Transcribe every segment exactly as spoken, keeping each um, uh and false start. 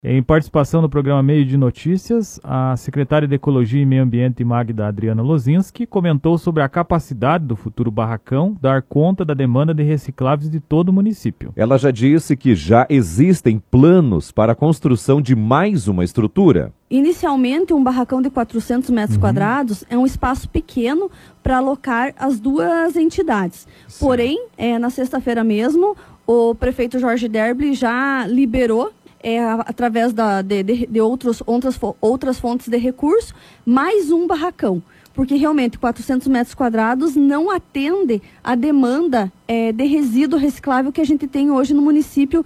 Em participação no programa Meio de Notícias, a secretária de Ecologia e Meio Ambiente, Magda Adriana Lozinski, comentou sobre a capacidade do futuro barracão dar conta da demanda de recicláveis de todo o município. Ela já disse que já existem planos para a construção de mais uma estrutura. Inicialmente, um barracão de quatrocentos metros uhum. quadrados é um espaço pequeno para alocar as duas entidades. Sim. Porém, é, na sexta-feira mesmo, o prefeito Jorge Derby já liberou É, através da, de, de, de outros, outras, outras fontes de recurso, mais um barracão. Porque realmente quatrocentos metros quadrados não atende à demanda é, de resíduo reciclável que a gente tem hoje no município,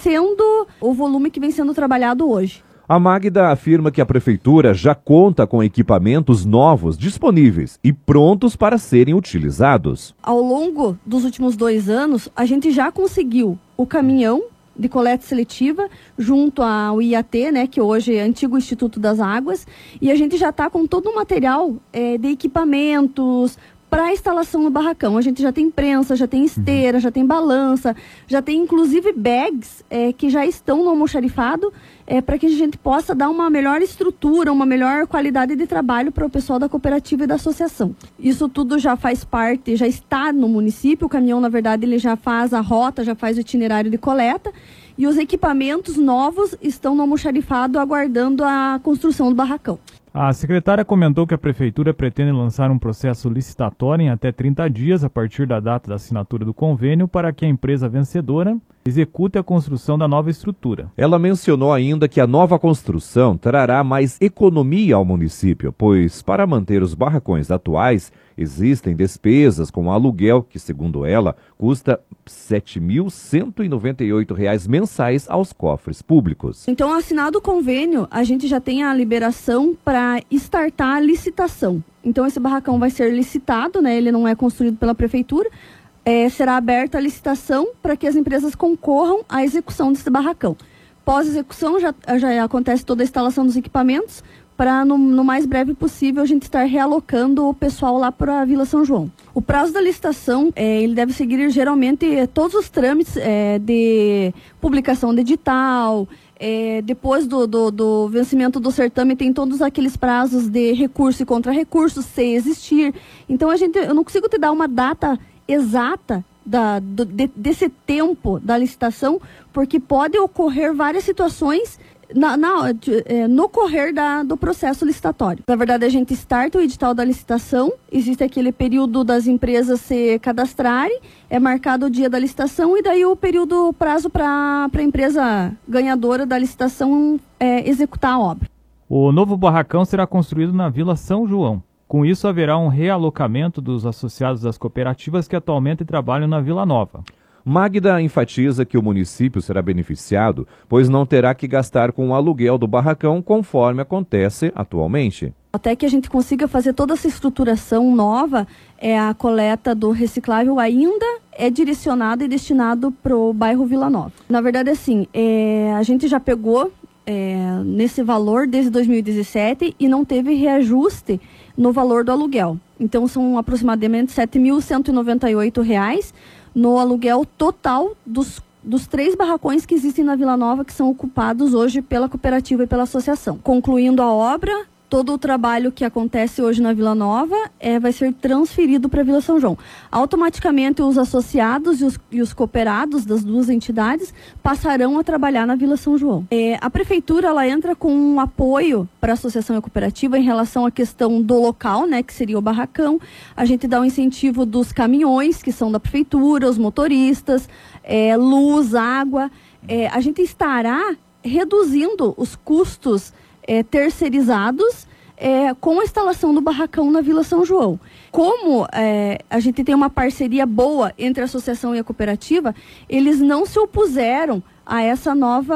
sendo o volume que vem sendo trabalhado hoje. A Magda afirma que a prefeitura já conta com equipamentos novos disponíveis e prontos para serem utilizados. Ao longo dos últimos dois anos, a gente já conseguiu o caminhão de coleta seletiva, junto ao I A T, né, que hoje é antigo Instituto das Águas, e a gente já está com todo o material é, de equipamentos para a instalação no barracão. A gente já tem prensa, já tem esteira, já tem balança, já tem inclusive bags é, que já estão no almoxarifado é, para que a gente possa dar uma melhor estrutura, uma melhor qualidade de trabalho para o pessoal da cooperativa e da associação. Isso tudo já faz parte, já está no município. O caminhão, na verdade, ele já faz a rota, já faz o itinerário de coleta, e os equipamentos novos estão no almoxarifado aguardando a construção do barracão. A secretária comentou que a prefeitura pretende lançar um processo licitatório em até trinta dias a partir da data da assinatura do convênio para que a empresa vencedora execute a construção da nova estrutura. Ela mencionou ainda que a nova construção trará mais economia ao município, pois para manter os barracões atuais existem despesas com aluguel que, segundo ela, custa sete mil cento e noventa e oito reais mensais aos cofres públicos. Então, assinado o convênio, a gente já tem a liberação para startar a licitação. Então, esse barracão vai ser licitado, né? Ele não é construído pela prefeitura. É, será aberta a licitação para que as empresas concorram à execução desse barracão. Pós-execução, já, já acontece toda a instalação dos equipamentos, para no, no mais breve possível a gente estar realocando o pessoal lá para a Vila São João. O prazo da licitação, é, ele deve seguir geralmente é, todos os trâmites é, de publicação de edital, é, depois do, do, do vencimento do certame tem todos aqueles prazos de recurso e contra-recurso, se existir. Então a gente, eu não consigo te dar uma data exata da, do, de, desse tempo da licitação, porque pode ocorrer várias situações na, na, de, é, no correr da, do processo licitatório. Na verdade, a gente starta o edital da licitação, existe aquele período das empresas se cadastrarem, é marcado o dia da licitação e daí o período, o prazo para a empresa ganhadora da licitação é, executar a obra. O novo barracão será construído na Vila São João. Com isso, haverá um realocamento dos associados das cooperativas que atualmente trabalham na Vila Nova. Magda enfatiza que o município será beneficiado, pois não terá que gastar com o aluguel do barracão conforme acontece atualmente. Até que a gente consiga fazer toda essa estruturação nova, é, a coleta do reciclável ainda é direcionada e destinado para o bairro Vila Nova. Na verdade, assim, é, a gente já pegou é, nesse valor desde dois mil e dezessete e não teve reajuste no valor do aluguel. Então, são aproximadamente sete mil cento e noventa e oito reais no aluguel total dos, dos três barracões que existem na Vila Nova, que são ocupados hoje pela cooperativa e pela associação. Concluindo a obra, todo o trabalho que acontece hoje na Vila Nova é, vai ser transferido para a Vila São João. Automaticamente, os associados e os, e os cooperados das duas entidades passarão a trabalhar na Vila São João. É, a prefeitura ela entra com um apoio para a associação e a cooperativa em relação à questão do local, né, que seria o barracão. A gente dá um incentivo dos caminhões, que são da prefeitura, os motoristas, é, luz, água. É, a gente estará reduzindo os custos É, terceirizados é, com a instalação do barracão na Vila São João. Como é, a gente tem uma parceria boa entre a associação e a cooperativa, eles não se opuseram a essa nova,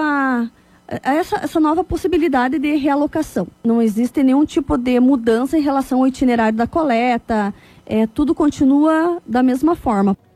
a essa, essa nova possibilidade de realocação. Não existe nenhum tipo de mudança em relação ao itinerário da coleta, é, tudo continua da mesma forma.